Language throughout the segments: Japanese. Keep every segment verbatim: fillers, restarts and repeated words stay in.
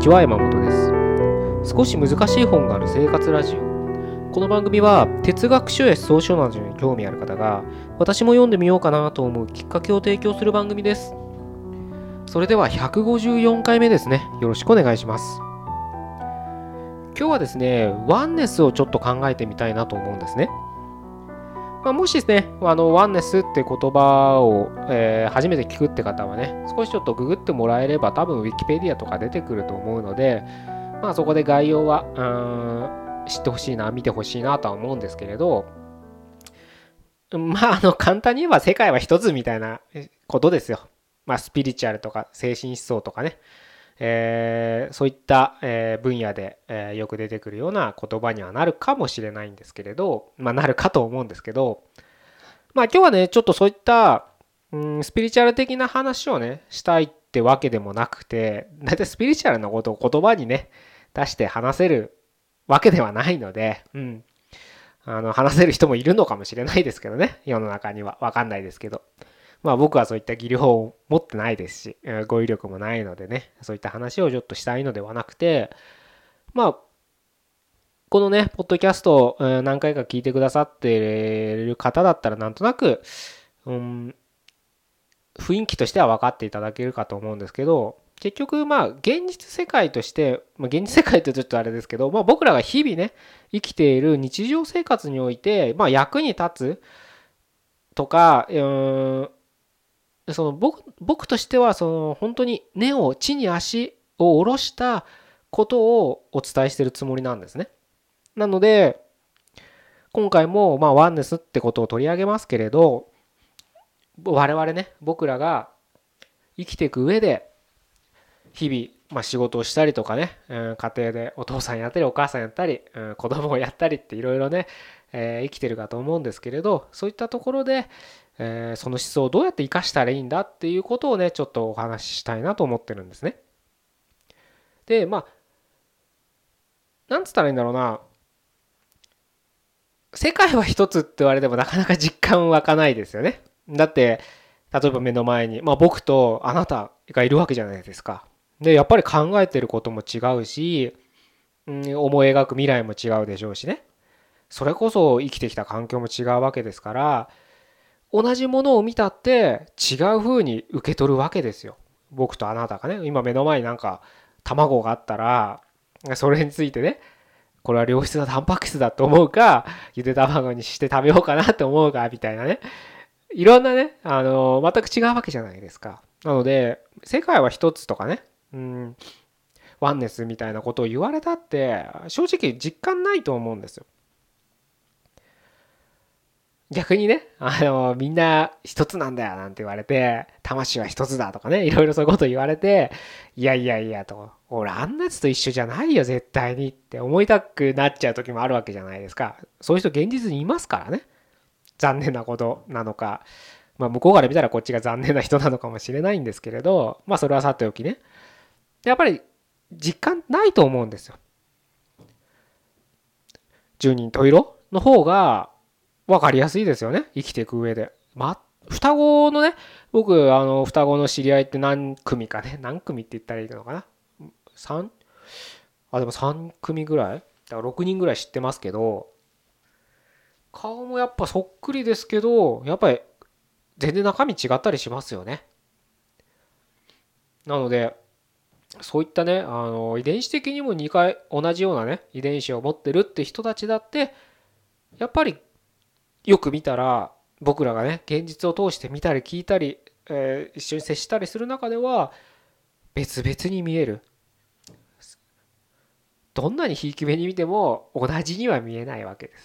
ちは、山本です。少し難しい本がある生活ラジオ。この番組は哲学書や思想書などに興味ある方が私も読んでみようかなと思うきっかけを提供する番組です。それではひゃくごじゅうよんかいめですね。よろしくお願いします。今日はですね、ワンネスをちょっと考えてみたいなと思うんですね。まあ、もしですね、あのワンネスって言葉を、えー初めて聞くって方はね、少しちょっとググってもらえれば多分ウィキペディアとか出てくると思うので、まあそこで概要はうーん知ってほしいな、見てほしいなとは思うんですけれど、まああの簡単に言えば世界は一つみたいなことですよ。まあスピリチュアルとか精神思想とかね、えーそういった、えー分野で、えーよく出てくるような言葉にはなるかもしれないんですけれど、まあなるかと思うんですけど、まあ今日はね、ちょっとそういった、うん、スピリチュアル的な話をね、したいってわけでもなくて、だいたいスピリチュアルなことを言葉にね、出して話せるわけではないので、うん。あの、話せる人もいるのかもしれないですけどね、世の中には。わかんないですけど。まあ僕はそういった技量を持ってないですし、語彙力もないのでね、そういった話をちょっとしたいのではなくて、まあ、このね、ポッドキャストを何回か聞いてくださっている方だったらなんとなく、うん、雰囲気としては分かっていただけるかと思うんですけど、結局まあ現実世界として、まあ、現実世界ってちょっとあれですけど、まあ、僕らが日々ね生きている日常生活において、まあ、役に立つとか、うーんその僕僕としてはその本当に根を地に足を下ろしたことをお伝えしているつもりなんですね。なので今回もまあワンネスってことを取り上げますけれど、我々ね僕らが生きていく上で日々、まあ、仕事をしたりとかね、うん、家庭でお父さんやったりお母さんやったり、うん、子供をやったりっていろいろね、えー生きてるかと思うんですけれど、そういったところで、えーその思想をどうやって生かしたらいいんだっていうことをねちょっとお話ししたいなと思ってるんですね。でまあなんつったらいいんだろうな、世界は一つって言われてもなかなか実感湧かないですよね。だって例えば目の前に、まあ、僕とあなたがいるわけじゃないですか。でやっぱり考えてることも違うし、うん、思い描く未来も違うでしょうしね。それこそ生きてきた環境も違うわけですから、同じものを見たって違う風に受け取るわけですよ。僕とあなたがね、今目の前になんか卵があったら、それについてね、これは良質なタンパク質だと思うか、ゆで卵にして食べようかなと思うか、みたいなね。いろんなね、あの、全く違うわけじゃないですか。なので、世界は一つとかね、うん、ワンネスみたいなことを言われたって正直実感ないと思うんですよ。逆にね、あのみんな一つなんだよなんて言われて、魂は一つだとかね、いろいろそういうこと言われて、いやいやいやと、俺あんなやつと一緒じゃないよ絶対にって思いたくなっちゃう時もあるわけじゃないですか。そういう人現実にいますからね。残念なことなのか、まあ向こうから見たらこっちが残念な人なのかもしれないんですけれど、まあそれはさておきね。やっぱり実感ないと思うんですよ。十人十色の方が分かりやすいですよね、生きていく上で。ま双子のね、僕あの双子の知り合いって何組かね、何組って言ったらいいのかな、 さん？ あでもさん組ぐらいだからろくにんぐらい知ってますけど、顔もやっぱそっくりですけど、やっぱり全然中身違ったりしますよね。なのでそういったね、あの遺伝子的にもにかい同じようなね遺伝子を持ってるって人たちだってやっぱりよく見たら、僕らがね現実を通して見たり聞いたり、えー一緒に接したりする中では別々に見える。どんなにひいき目に見ても同じには見えないわけです。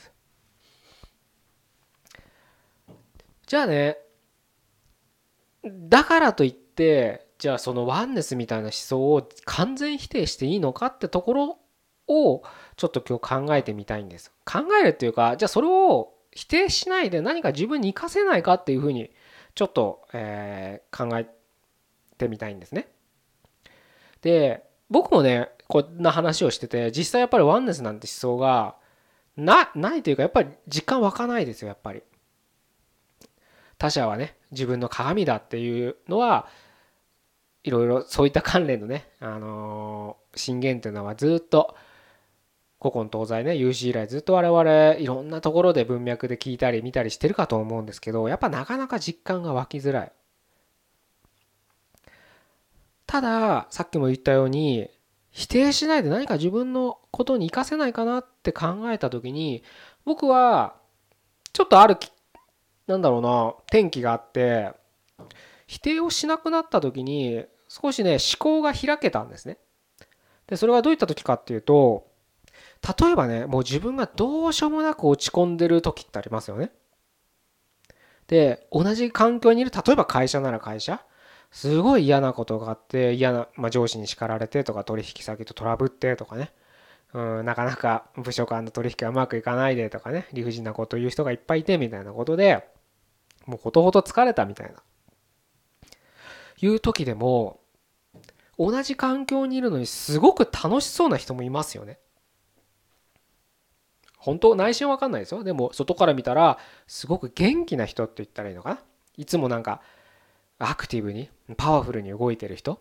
じゃあね、だからといってじゃあそのワンネスみたいな思想を完全否定していいのかってところをちょっと今日考えてみたいんです。考えるっていうか、じゃあそれを否定しないで何か自分に活かせないかっていうふうにちょっと、えー考えてみたいんですね。で僕もねこんな話をしてて、実際やっぱりワンネスなんて思想がなないというか、やっぱり実感湧かないですよ。やっぱり他者はね自分の鏡だっていうのはいろいろそういった関連のね、あのー震源っていうのはずっと古今東西ね、有史以来ずっと我々いろんなところで文脈で聞いたり見たりしてるかと思うんですけど、やっぱなかなか実感が湧きづらい。たださっきも言ったように、否定しないで何か自分のことに活かせないかなって考えた時に、僕はちょっとあるきなんだろうな転機があって、否定をしなくなった時に少しね思考が開けたんですね。でそれはどういった時かっていうと、例えばね、もう自分がどうしようもなく落ち込んでる時ってありますよね。で同じ環境にいる、例えば会社なら会社、すごい嫌なことがあって、嫌な、まあ、上司に叱られてとか、取引先とトラブってとかね、うん、なかなか部署間の取引がうまくいかないでとかね、理不尽なことを言う人がいっぱいいてみたいなことで、もうほとほと疲れたみたいないう時でも、同じ環境にいるのにすごく楽しそうな人もいますよね。本当内心わかんないですよ。でも外から見たらすごく元気な人って言ったらいいのかな。いつもなんかアクティブにパワフルに動いてる人、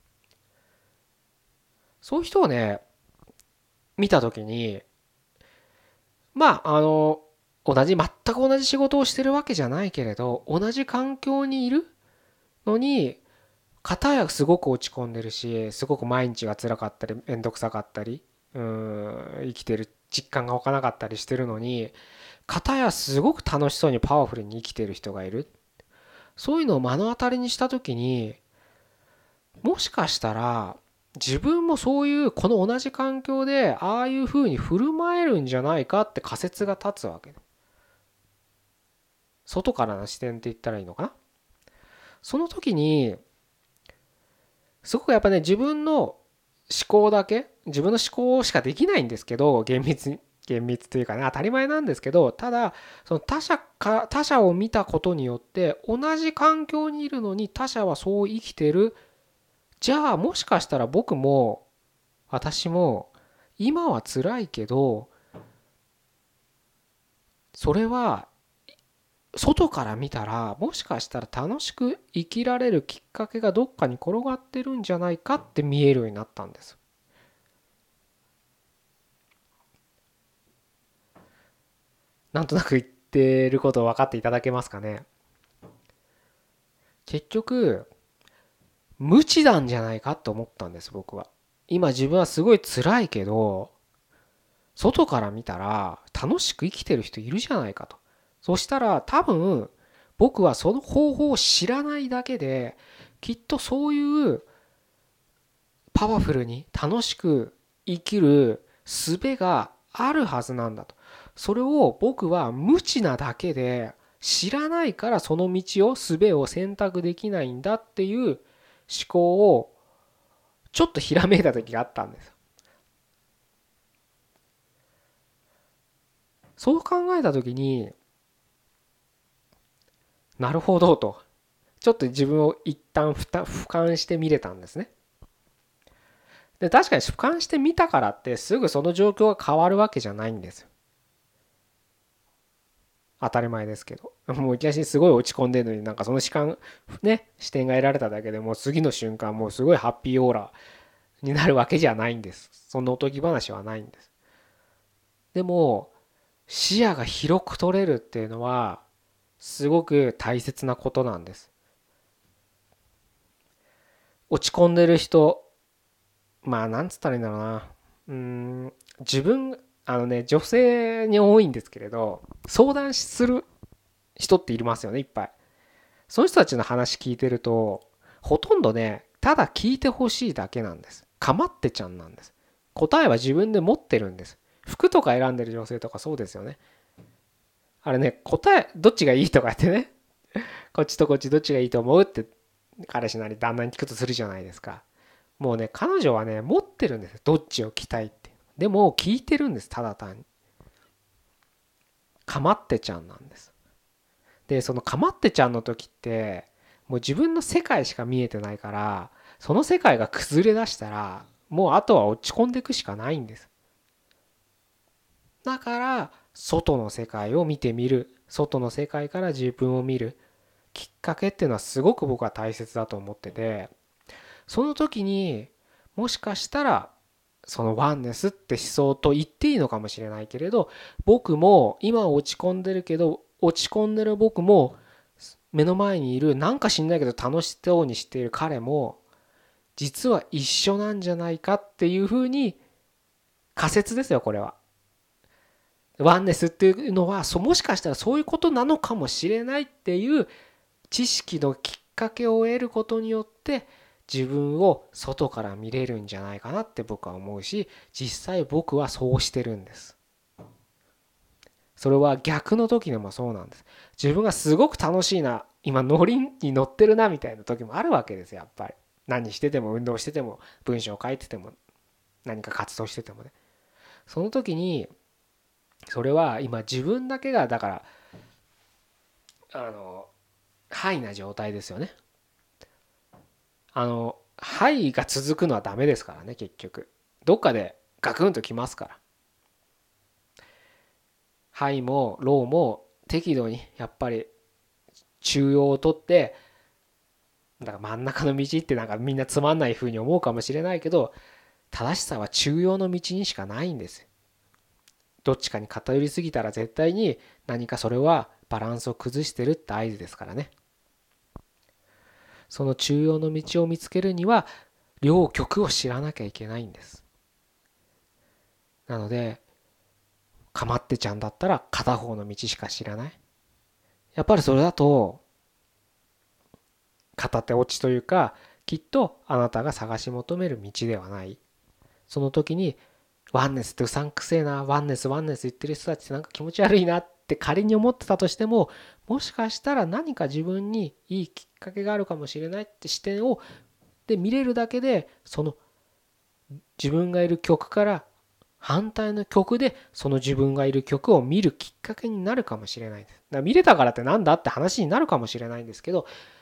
そういう人をね見た時に、まああの同じ全く同じ仕事をしてるわけじゃないけれど、同じ環境にいるのに、片やすごく落ち込んでるし、すごく毎日が辛かったりめんどくさかったり、うーん生きてる実感が湧かなかったりしてるのに、片やすごく楽しそうにパワフルに生きてる人がいる。そういうのを目の当たりにした時に、もしかしたら自分もそういうこの同じ環境でああいう風に振る舞えるんじゃないかって仮説が立つわけで、外からの視点って言ったらいいのかな。その時にすごくやっぱね、自分の思考だけ、自分の思考しかできないんですけど、厳密に厳密というかね、当たり前なんですけど、ただその他者か他者を見たことによって、同じ環境にいるのに他者はそう生きてる。じゃあもしかしたら僕も私も今は辛いけど、それは外から見たらもしかしたら楽しく生きられるきっかけがどっかに転がってるんじゃないかって見えるようになったんです。なんとなく言ってること分かっていただけますかね。結局無知なんじゃないかと思ったんです、僕は。今自分はすごい辛いけど、外から見たら楽しく生きてる人いるじゃないかと。そしたら多分僕はその方法を知らないだけで、きっとそういうパワフルに楽しく生きる術があるはずなんだと。それを僕は無知なだけで、知らないからその道を術を選択できないんだっていう思考をちょっとひらめいた時があったんです。そう考えた時に、なるほどと、ちょっと自分を一旦俯瞰してみれたんですね。で確かに俯瞰してみたからってすぐその状況が変わるわけじゃないんですよ。当たり前ですけど、もういきなりすごい落ち込んでるのに、なんかその視観ね視点が得られただけでもう次の瞬間もうすごいハッピーオーラになるわけじゃないんです。そんなおとぎ話はないんです。でも視野が広く取れるっていうのはすごく大切なことなんです。落ち込んでる人、まあなんつったらいいんだろうな、うーん自分あのね女性に多いんですけれど、相談する人っていますよね、いっぱい。その人たちの話聞いてると、ほとんどねただ聞いてほしいだけなんです。かまってちゃんなんです。答えは自分で持ってるんです。服とか選んでる女性とかそうですよね。あれね、答えどっちがいいとか言ってね、こっちとこっちどっちがいいと思うって彼氏なり旦那に聞くとするじゃないですか。もうね彼女はね持ってるんですよ、どっちを着たいって。でも聞いてるんです、ただ単に。かまってちゃんなんです。でそのかまってちゃんの時ってもう自分の世界しか見えてないから、その世界が崩れ出したらもうあとは落ち込んでいくしかないんです。だから外の世界を見てみる、外の世界から自分を見るきっかけっていうのはすごく僕は大切だと思ってて、 その時にもしかしたらそのワンネスって思想と言っていいのかもしれないけれど、僕も今落ち込んでるけど、落ち込んでる僕も目の前にいるなんか知んないけど楽しそうにしている彼も実は一緒なんじゃないかっていうふうに仮説ですよ、これは。ワンネスっていうのはもしかしたらそういうことなのかもしれないっていう知識のきっかけを得ることによって自分を外から見れるんじゃないかなって僕は思うし、実際僕はそうしてるんです。それは逆の時でもそうなんです。自分がすごく楽しいな、今ノリに乗ってるなみたいな時もあるわけですよ、やっぱり。何してても、運動してても、文章を書いてても、何か活動しててもね。その時にそれは今自分だけがだからあのハイな状態ですよね。あのハイが続くのはダメですからね。結局どっかでガクンときますから。ハイもローも適度にやっぱり中庸をとって、だから真ん中の道ってなんかみんなつまんない風に思うかもしれないけど、正しさは中庸の道にしかないんですよ。どっちかに偏りすぎたら絶対に何かそれはバランスを崩してるって合図ですからね。その中庸の道を見つけるには両極を知らなきゃいけないんです。なのでかまってちゃんだったら片方の道しか知らない。やっぱりそれだと片手落ちというか、きっとあなたが探し求める道ではない。その時にワンネスってうさんくせえな、ワンネスワンネス言ってる人たちってなんか気持ち悪いなって仮に思ってたとしても、もしかしたら何か自分にいいきっかけがあるかもしれないって視点をで見れるだけで、その自分がいる曲から反対の曲でその自分がいる曲を見るきっかけになるかもしれないです。だから見れたからってなんだって話になるかもしれないんですけど、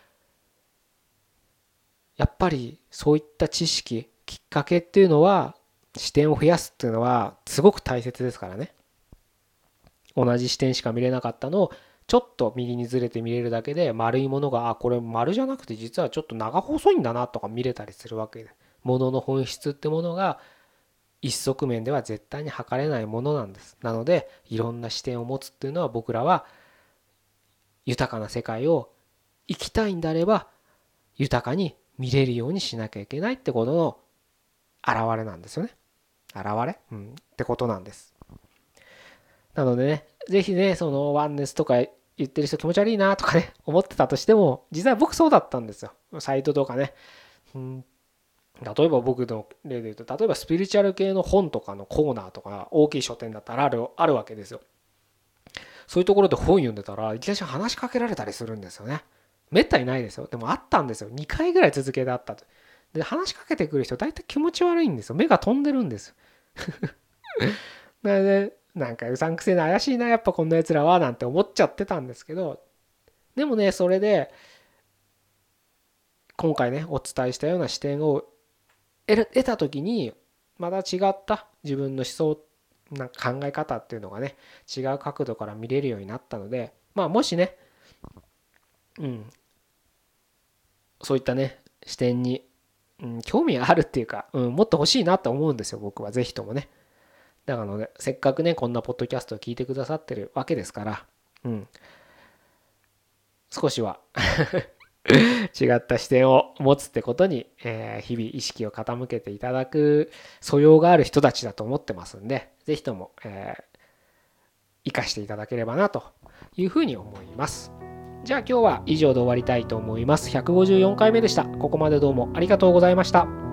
やっぱりそういった知識、きっかけっていうのは、視点を増やすっていうのはすごく大切ですからね。同じ視点しか見れなかったのをちょっと右にずれて見れるだけで、丸いものが、あ、これ丸じゃなくて実はちょっと長細いんだなとか見れたりするわけで、ものの本質ってものが一側面では絶対に測れないものなんです。なのでいろんな視点を持つっていうのは、僕らは豊かな世界を生きたいんであれば豊かに見れるようにしなきゃいけないってことの現れなんですよね。現れ、うん、ってことなんです。なのでね、ぜひね、そのワンネスとか言ってる人気持ち悪いなとかね、思ってたとしても、実際僕そうだったんですよ。サイトとかね。うん、例えば僕の例で言うと、例えばスピリチュアル系の本とかのコーナーとか、大きい書店だったらある、あるわけですよ。そういうところで本読んでたら、いきなり話しかけられたりするんですよね。めったにないですよ。でもあったんですよ。にかいぐらい続けてあったと。で、話しかけてくる人、大体気持ち悪いんですよ。目が飛んでるんですよ。なので、なんかうさんくせえな、怪しいな、やっぱこんなやつらは、なんて思っちゃってたんですけど、でもね、それで、今回ね、お伝えしたような視点を得た時に、また違った自分の思想、なんか考え方っていうのがね、違う角度から見れるようになったので、まあもしね、うん、そういったね、視点に、うん、興味があるっていうか、うん、もっと欲しいなと思うんですよ、僕は。ぜひともね。だからね、せっかくね、こんなポッドキャストを聞いてくださってるわけですから、うん、少しは違った視点を持つってことに、えー、日々意識を傾けていただく素養がある人たちだと思ってますんで、ぜひとも、えー、生かしていただければなというふうに思います。じゃあ今日は以上で終わりたいと思います。ひゃくごじゅうよんかいめでした。ここまでどうもありがとうございました。